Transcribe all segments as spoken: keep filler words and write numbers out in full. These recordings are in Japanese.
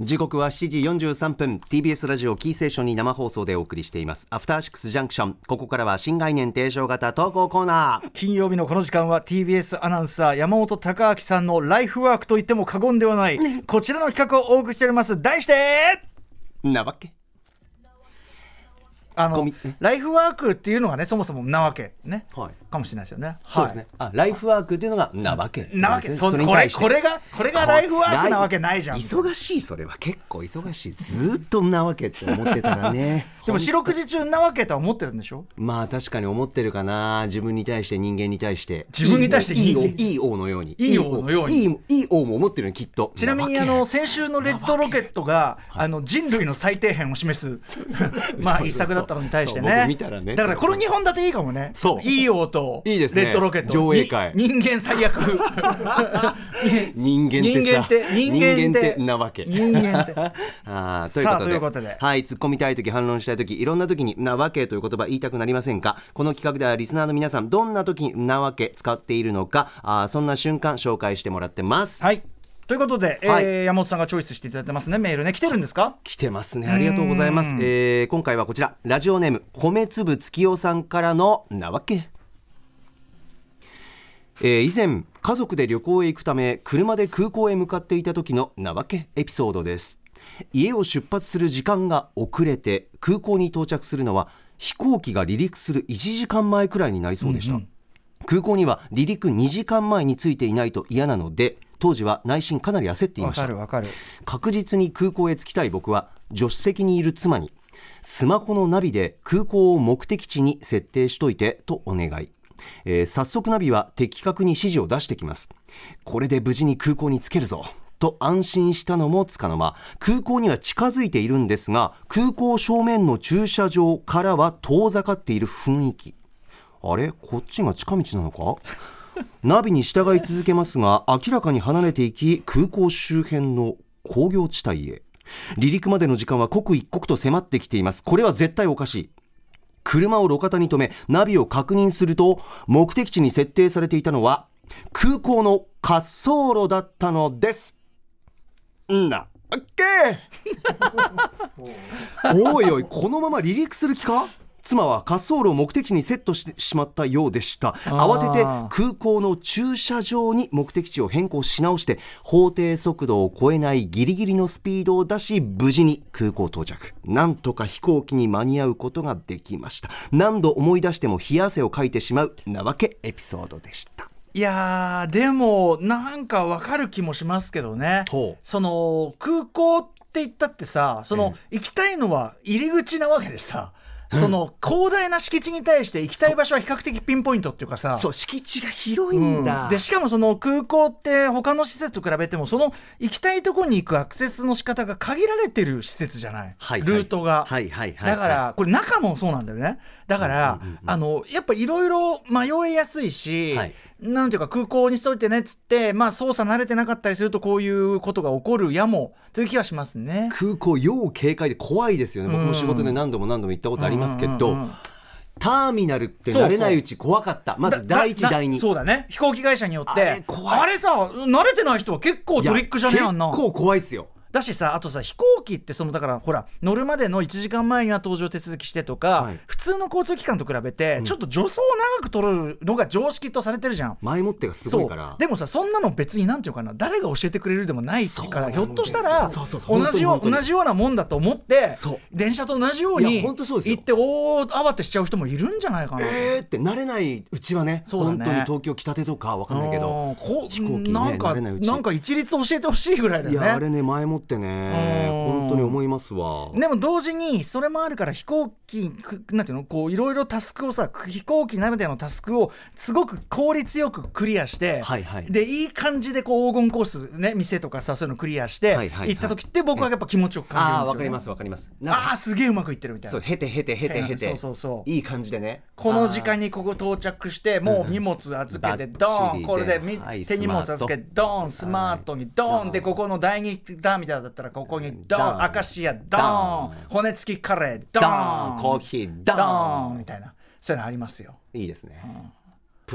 時刻はしちじよんじゅうさんぷん ティービーエス ラジオキーステーションに生放送でお送りしていますアフターシックスジャンクション。ここからは新概念提唱型投稿コーナー。 金曜日のこの時間は ティービーエス アナウンサー山本貴明さんのライフワークといっても過言ではないこちらの企画をお送りしております。題してなわけあのライフワークっていうのがねそもそもなわけね、はい、かもしれないですよね。 そうですね、はい、あライフワークっていうのがなわけ、ね、 なわけ、それこれこれがこれがライフワークなわけないじゃん。 忙しい、それは結構忙しい。ずっとなわけって思ってたらねでも四六時中なわけとは思ってるんでしょ。 まあ確かに思ってるかな。自分に対して、人間に対して、 自分に対していい王、いい王のように、 いい王のようにいい、いい王も思ってるのきっと。 ちなみにあの先週のレッドロケットがあの人類の最底辺を示すまあ一作だったのに対してね。 見たらね、 だからこのにほん立ていいかもね。そう、いい王とレッドロケット、 上映会、 人間最悪人間ってさ、 人間ってなわけ、 人間ってあさあということで、 はい、突っ込みたいとき、反論したいとき、いろんなときになわけという言葉言いたくなりませんか。この企画ではリスナーの皆さん、どんなときになわけ使っているのか、あそんな瞬間紹介してもらってます。 はい、ということで、はい、えー、山本さんがチョイスしていただいてますね。メールね、来てるんですか。 来てますね、ありがとうございます。えー、今回はこちら、ラジオネーム米粒月代さんからのなわけ。えー、以前家族で旅行へ行くため車で空港へ向かっていた時のなわけエピソードです。家を出発する時間が遅れて空港に到着するのは飛行機が離陸するいちじかんまえくらいになりそうでした、うんうん、空港には離陸にじかんまえに着いていないと嫌なので、当時は内心かなり焦っていました。 わかるわかる。確実に空港へ着きたい僕は助手席にいる妻にスマホのナビで空港を目的地に設定しといてとお願い、えー、早速ナビは的確に指示を出してきます。これで無事に空港に着けるぞと安心したのもつかの間、空港には近づいているんですが、空港正面の駐車場からは遠ざかっている雰囲気。あれ、こっちが近道なのかナビに従い続けますが、明らかに離れていき、空港周辺の工業地帯へ。離陸までの時間は刻一刻と迫ってきています。これは絶対おかしい。車を路肩に止め、ナビを確認すると、目的地に設定されていたのは空港の滑走路だったのです。んなオッケーおいおい、このまま離陸する気か。妻は滑走路を目的地にセットしてしまったようでした。慌てて空港の駐車場に目的地を変更し直して、法定速度を超えないギリギリのスピードを出し、無事に空港到着。なんとか飛行機に間に合うことができました。何度思い出しても冷や汗をかいてしまうなわけエピソードでした。 いやー、でもなんかわかる気もしますけどね。その空港って言ったってさ、その行きたいのは入り口なわけでさ、その広大な敷地に対して行きたい場所は比較的ピンポイントっていうかさ、 そう、敷地が広いんだ、 うん、でしかもその空港って他の施設と比べてもその行きたいところに行くアクセスの仕方が限られてる施設じゃない、はいはい、ルートが、はいはいはいはい、だからこれ中もそうなんだよね。だから、うんうんうん、あのやっぱいろいろ迷いやすいし、はい、なんていうか空港にしといてねっつって、まあ、操作慣れてなかったりするとこういうことが起こるやもという気がしますね。 空港要警戒で怖いですよね。僕も仕事で何度も何度も行ったことありますけど、うんうんうんうん、ターミナルって慣れないうち怖かった。まず第一第二、 そうだね、飛行機会社によってあれ怖い。あれさ、慣れてない人は結構トリックじゃねえあんな。 結構怖いっすよ。 だしさ、あとさ、飛行機ってそのだからほら乗るまでのいちじかんまえには搭乗手続きしてとか、はい、普通の交通機関と比べてちょっと助走を長く取るのが常識とされてるじゃん。 前もってがすごいから。 でもさ、そんなの別になんていうかな、誰が教えてくれるでもないから、ひょっとしたら同じよ同じようなもんだと思って電車と同じように行っておー慌てしちゃう人もいるんじゃないかな。 えーって慣れないうちはね、そうだね、本当に東京来たてとかわかんないけど飛行機ね、 なんか慣れないうちなんか一律教えてほしいぐらいだよね。 いやあれね、前もってね本当に思いますわ。 でも同時にそれもあるから飛行機なんていうの、こういろいろタスクをさ、飛行機ならではのタスクをすごく効率よくクリアして、はいはい、でいい感じでこう黄金コースね、店とかさそういうのクリアして、はいはいはい、行った時って僕はやっぱ気持ちよく感じるんですよ、ね。ああ、わかりますわかります。 ああすげえうまくいってるみたいな。 そう、へてへてへてへて、 そうそうそう、 いい感じでね、 この時間にここ到着してもう荷物預けてドーン、これで、はい、手荷物預けてドーン、スマートにドーンで、ここの第二ターミナルだったらここにドーン、アカシアドーン、骨付きカレードーン、 コーヒードーンみたいな、そういうのありますよ。 いいですね、うん、プラン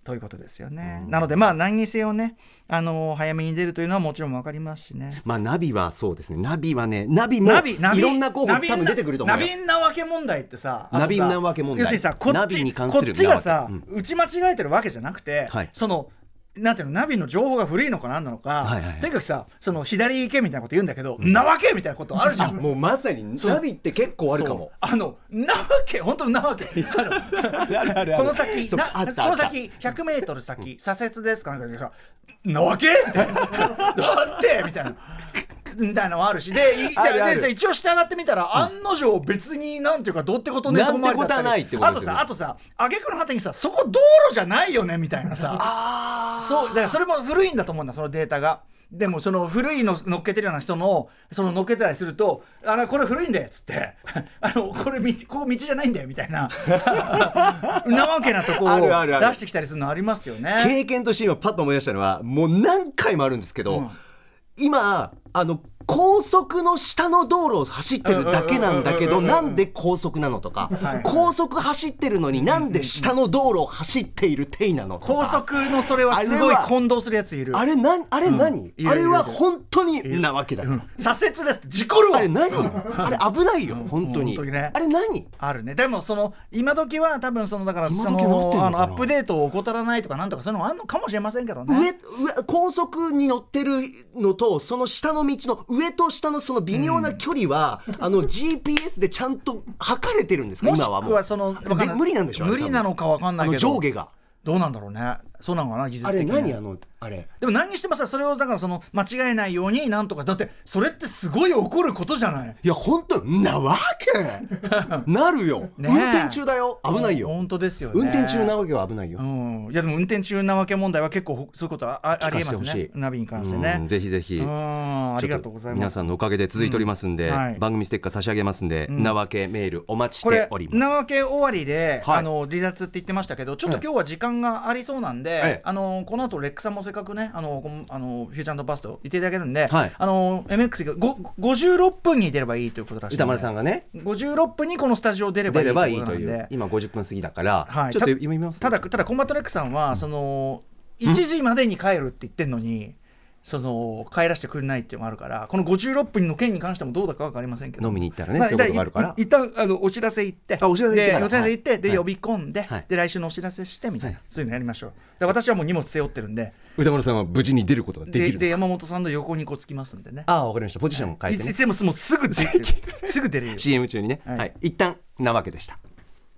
ということですよね。なのでまあ何にせよね、あのー、早めに出るというのはもちろん分かりますしね。 まあナビはそうですね、ナビはね、ナビもいろんな候補多分出てくると思うよ。 ナビんなわけ問題ってさ、 ナビんなわけ問題、 要するにさ、こっちこっちがさ、うん、打ち間違えてるわけじゃなくて、はい、そのなんていうの、ナビの情報が古いのかなんなのか、はいはいはい、とにかくさ、その左行けみたいなこと言うんだけど、うん、なわけみたいなことあるじゃん。 もうまさにナビって結構あるかも。 あのなわけ、本当なわけあのこの先なこの先ひゃくメートル先左折ですかなんかさ、なわけみたいなだってみたいなみたいなのもあるし、であるあるで一応従ってみたら、うん、案の定別になんていうかどうってことねと思われたり、 なんてことはないってことですよね。 あとさあとさ挙句の果てにさ、そこ道路じゃないよねみたいなさあそうだからそれも古いんだと思うんだ、そのデータが。でもその古いの乗っけてるような人のその乗っけたりすると、あのこれ古いんだよっつってあのこれこう道じゃないんだよみたいななわけなとこを出してきたりするのありますよね。 経験として今パッと思い出したのは、もう何回もあるんですけど、うん、今あの高速の下の道路を走ってるだけなんだけど、なんで高速なのとか、はい、高速走ってるのになんで下の道路を走っているテイなのとか、 高速のそれはすごい混同するやついる。 あれなあれ何、うん、あれは本当になわけだよ、うん、 左折ですって事故るわ。 あれ何あれ危ないよ本当に、本当にね、あれ何あるね。でもその今時は多分そのだからそのあのアップデートを怠らないとかなんとかそういうのもあるのかもしれませんけどね。 上上高速に乗ってるのとその下の道の上と下のその微妙な距離は、うん、あの ジーピーエス でちゃんと測れてるんですか。今はもうもしくはその無理なんでしょう。 無理なのか分かんないけど、 上下がどうなんだろうね。そうなのかな、技術的に。 あれ何あのあれでも何にしてもさ、それをだからその間違えないようになんとか、だってそれってすごい起こることじゃない。 いや本当なわけなるよ、ね、運転中だよ、危ないよ。 本当ですよね。 運転中なわけは危ないよ、 うん、いやでも運転中なわけ問題は結構そういうことは あ, ありえますね、ナビに関してね。 ぜひぜひ、 ありがとうございます。 皆さんのおかげで続いておりますんで、うんはい、番組ステッカー差し上げますんで、うん、なわけメールお待ちしております。 なわけ終わりで、はい、あの離脱って言ってましたけど、ちょっと今日は時間がありそうなんで、はい、あのこの後レックさんもせっかくね、あのあのフューチャー&バスト言っていただけるんで、はい、あの エムエックス がごじゅうろっぷんに出ればいいということらしいんで、 歌丸さんがねごじゅうろっぷんにこのスタジオ出ればいいということなんで、 今ごじゅっぷん過ぎだから、はい、ちょっと読みます。 ただただコンバットレックさんは、うん、そのいちじまでに帰るって言ってんのに、その帰らせてくれないっていうのがあるから、このごじゅうろっぷんの件に関してもどうだか分かりませんけど、 飲みに行ったらね、まあ、そういうことがあるから、 一旦あのお知らせ行って、 あお知らせ行ってから、 でお知らせ行って、はい、で呼び込んで、 はい、 で来週のお知らせしてみたいな、はい、そういうのやりましょう。で私はもう荷物背負ってるんで、 歌丸さんは無事に出ることができるのか。 で, で山本さんの横にこうつきますんでね。 ああ分かりました。ポジションを変えて、ね、 いつでももうすぐ出るすぐ出れるシーエム 中にね、はいはい、一旦なわけでした。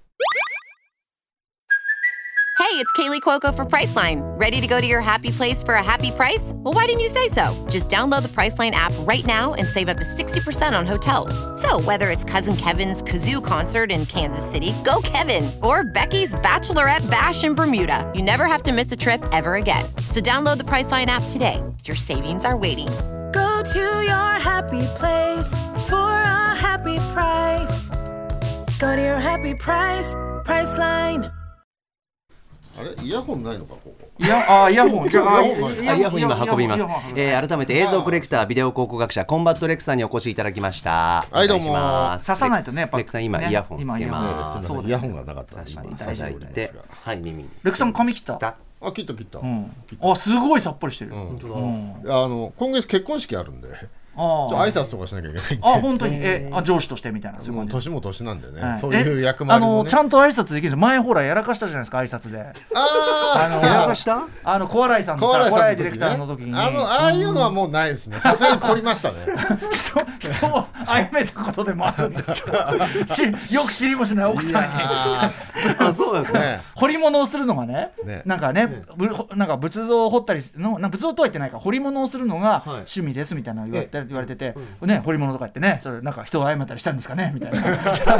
Hey, it's Kaylee Cuoco for Priceline. Ready to go to your happy place for a happy price? Well, why didn't you say so? Just download the Priceline app right now and save up to sixty percent on hotels. So whether it's Cousin Kevin's Kazoo Concert in Kansas City, go Kevin, or Becky's Bachelorette Bash in Bermuda, you never have to miss a trip ever again. So download the Priceline app today. Your savings are waiting. Go to your happy place for a happy price. Go to your happy price, Priceline. あれイヤホンないのかここ。 いやあイヤホンじゃあイヤホン今運びます。えー、改めて映像コレクタービデオ考古学者コンバットレックさんにお越しいただきました。 はいどうも。 刺さないとねやっぱレックさん今イヤホンつけます。 そうイヤホンがなかったら今いただいて、はい耳に。 レックさん髪切った？ あ切った切った。うん、あすごいさっぱりしてる。 本当だ。うん、あの今月結婚式あるんで。ちょ挨拶とかしなきゃいけないんで。 あ本当にえあ上司としてみたいな。 もう年も年なんでね、はい、そういう役回りもね、 あのちゃんと挨拶できるんです。前ほらやらかしたじゃないですか挨拶で。 ああやらかした？ あの小笑いさんのさ小笑いディレクターの時に、 あのああいうのはもうないですね。さすがに凝りましたね。 人人を殺めたことでもあるんですし、よく知りもしない奥さんに。 あそうなんですね。 彫り物をするのがね、ねなんかね、ねなんか仏像を彫ったりのなんか仏像とは言ってないか彫り物をするのが趣味ですみたいなの言われて言われてて。うんね、彫り物とか言ってね、それなんか人を殺めたりしたんですかねみたいな。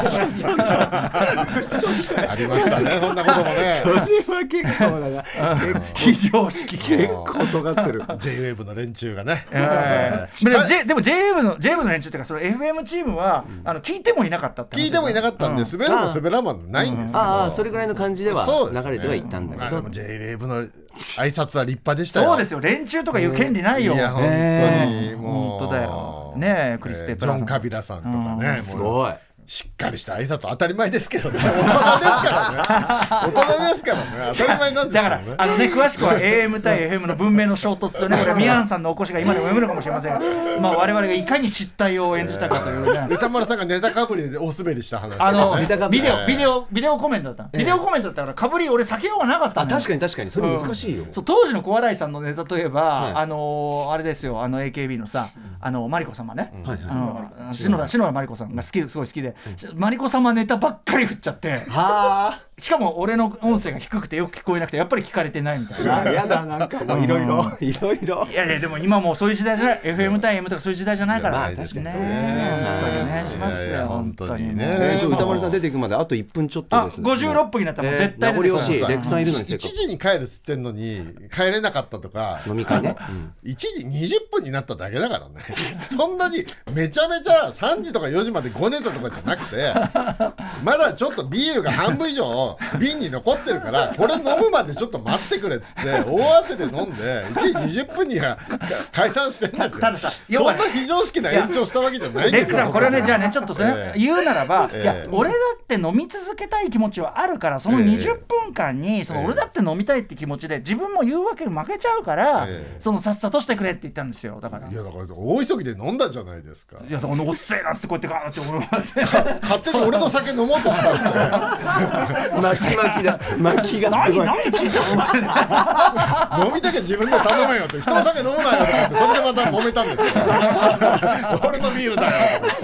ありましたね、そんなこともね。 それは結構だな。 非常識結構尖ってる。 ジェイウェーブ の連中がね。 えー、で, でも ジェイウェーブ の ジェイウェーブ の連中っていうかその エフエム チームは、うん、あの聞いてもいなかったって。 聞いてもいなかったんで、うん、滑るも滑らんもないんですけど。 ああそれぐらいの感じでは流れてはいったんだけど。 ね、ジェイウェーブ の挨拶は立派でしたよ。 そうですよ。連中とかいう権利ないよ。 いや本当にもう。 本当だよ。ねクリステジョン・カビラさんとかね、 すごいしっかりした挨拶当たり前ですけどね。大人ですからね。大人ですからね。当たり前なんですけどね。 だからあのね詳しくは エーエム 対 エフエム の文明の衝突とね、これミヤンさんのお越しが今でも読めるかもしれませんが、まあ我々がいかに失態を演じたかというね。 歌丸さんがネタかぶりでお滑りした話、ね。 あのビデオビデオビデオコメントだった。ビデオコメントだったからかぶり俺避けようがなかったんだよ。 あ確かに確かにそれ難しいよ。 うん、そう当時の小笑いさんのネタといえば、はい、あのー、あれですよ、あの エーケービー のさ、あのマリコ様ね、うん、あの篠田篠田マリコさんが好きすごい好きで、うん、マリコ様ネタばっかり振っちゃって、はしかも俺の音声が低くてよく聞こえなくてやっぱり聞かれてないみたいな。 やだなんかもういろいろいろいろ。 いやいやでも今もうそういう時代じゃない。エフエム 対 エム とかそういう時代じゃないから。確かにね。そうですね。本当にお願いしますよ。本当にね。 えー、歌丸さん出ていくまであといっぷんちょっとですね。 あごじゅうろっぷんになったらもう絶対出てくる。 レクさんいるのにいちじに帰るっつってんのに帰れなかったとか飲み会ね、 うん、いちじにじゅっぷんになっただけだからね。そんなにめちゃめちゃさんじとかよじまでごネタとかじゃなくて、まだちょっとビールが半分以上瓶に残ってるからこれ飲むまでちょっと待ってくれっつって大当てで飲んでいちじにじゅっぷんには解散してるんですよ。たださそんな非常識な延長したわけじゃないんですよ。 レクさんこれねじゃあねちょっとそれ、えー、言うならば、えー、いや俺だって飲み続けたい気持ちはあるからそのにじゅっぷんかんにその俺だって飲みたいって気持ちで自分も言うわけ負けちゃうから、えー、そのさっさとしてくれって言ったんですよ。だからいやだから大急ぎで飲んだじゃないですか。 いやだからおっせえなってこうやってガーって思って勝手に俺の酒飲もうとしましたよ。 巻き巻きだ巻きがすごい。 何何ちん飲みたけ自分で頼めよって人の酒飲むなよとかってそれでまた揉めたんですよ。俺のビールだよ。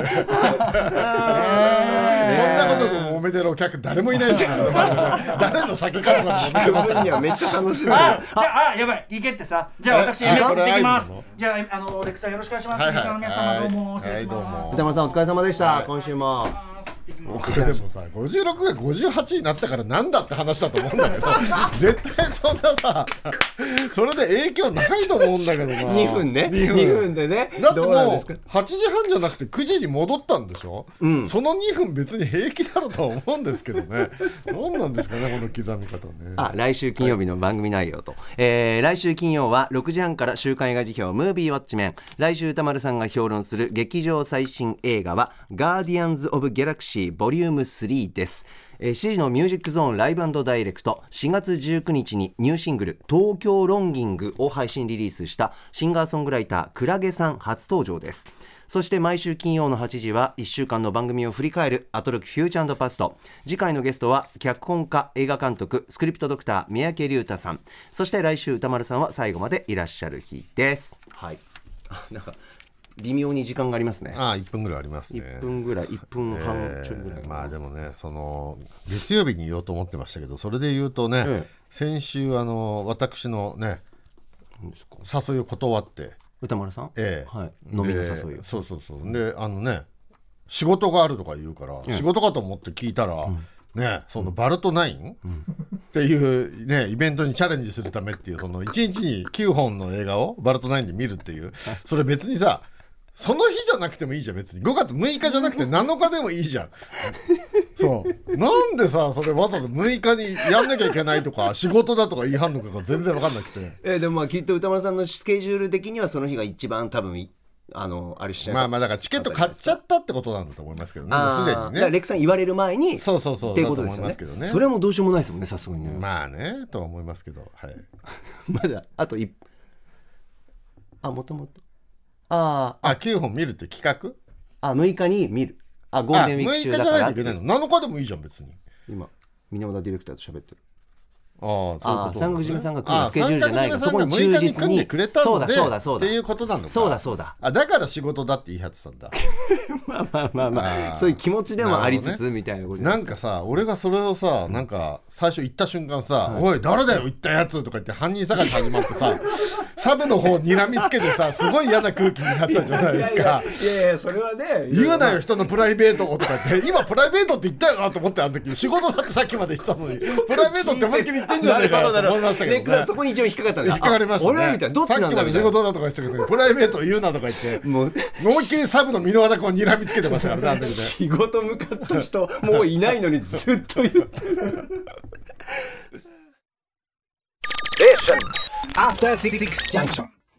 そんなことで揉めてるお客誰もいないですよ。誰の酒かとかって揉めてましたにはめっちゃ楽しい。 あじゃああやばいいけってさじゃあ私レックス行ってきます。じゃああのレックスさんよろしくお願いします。リスナーの皆様どうも失礼します。 歌丸さんお疲れ様でした。今週も。 これでもさごじゅうろくがごじゅうはちになったからなんだって話だと思うんだけど絶対そんなさそれで影響ないと思うんだけどな。 にふんねにふんでね。 だってもうはちじはんじゃなくてくじに戻ったんでしょ、うん、そのにふん別に平気だろうとは思うんですけどね。何なんですかねこの刻み方ね。 あ来週金曜日の番組内容と、はいえー、来週金曜はろくじはんから週刊映画辞表ムービーウォッチメン。来週歌丸さんが評論する劇場最新映画はガーディアンズ・オブ・ギャラクシーボリュームスリーです。しちじのミュージックゾーンライブ&ダイレクトしがつじゅうくにちにニューシングル東京ロンギングを配信リリースしたシンガーソングライタークラゲさん初登場です。そして毎週金曜のはちじはいっしゅうかんの番組を振り返るアトロクフューチャー&パスト。次回のゲストは脚本家映画監督スクリプトドクター三宅龍太さん。そして来週歌丸さんは最後までいらっしゃる日です。はいなんか微妙に時間がありますね。 ああいっぷんぐらいありますね。 いっぷんぐらいいっぷんはんちょいぐらい、 えー、まあでもねその月曜日に言おうと思ってましたけどそれで言うとね、ええ、先週あの私のね誘いを断って歌丸さん、 ええはい、飲みの誘いをそうそうそうであのね仕事があるとか言うから、ええ、仕事かと思って聞いたら、うんね、そのバルトナイン、うん、っていう、ね、イベントにチャレンジするためっていうそのいちにちにきゅうほんの映画をバルトナインで見るっていうそれ別にさその日じゃなくてもいいじゃん別にごがつむいかじゃなくてなのかでもいいじゃん。そうなんでさそれわざわざむいかにやんなきゃいけないとか仕事だとか言い張んのかが全然分かんなくてえでもまあきっと歌丸さんのスケジュール的にはその日が一番多分あのあれしちゃうまあまあだからチケット買っちゃったってことなんだと思いますけどねすでにね。だからレクさん言われる前にそうそうそうっていうことですよね。 けどねそれはもうどうしようもないですもんねさすがにね。 まあねとは思いますけどはいまだあといあもともとああきゅうほん見るって企画あむいかに見るあゴールデンウィーク中だからむいかじゃないといけないのなのかでもいいじゃん別に。 今源ディレクターと喋ってる。 ああそういうこと、 ね、三角締めさんが来るスケジュールじゃないからそこに忠実にくれたのでそうだそうだっていうことなのか。 そうだそうだあだから仕事だって言い張ってたんだまあまあまあまあそういう気持ちでもありつつ、ね、みたいなことなんかさ俺がそれをさなんか最初言った瞬間さ、はい、おい誰だよ言ったやつとか言って犯人探し始まってさサブの方を睨みつけてさすごい嫌な空気になったじゃないですか。 いやいやいやそれはね言うなよ人のプライベートをとか言って今プライベートって言ったよなと思ってあの時仕事だってさっきまで言ってたのにプライベートって思いっきり言ってんじゃないかなと思いましたけどね。 そこに一応引っかかったんだ。 引っかかりましたね。 俺はみたいなどっちなんだみたいな。 さっきまで仕事だとか言ってたけどプライベートを言うなとか言ってもう思いっきりサブの箕輪田君を睨みつけてましたからね。 仕事向かった人もういないのにずっと言ってる。After Six Junction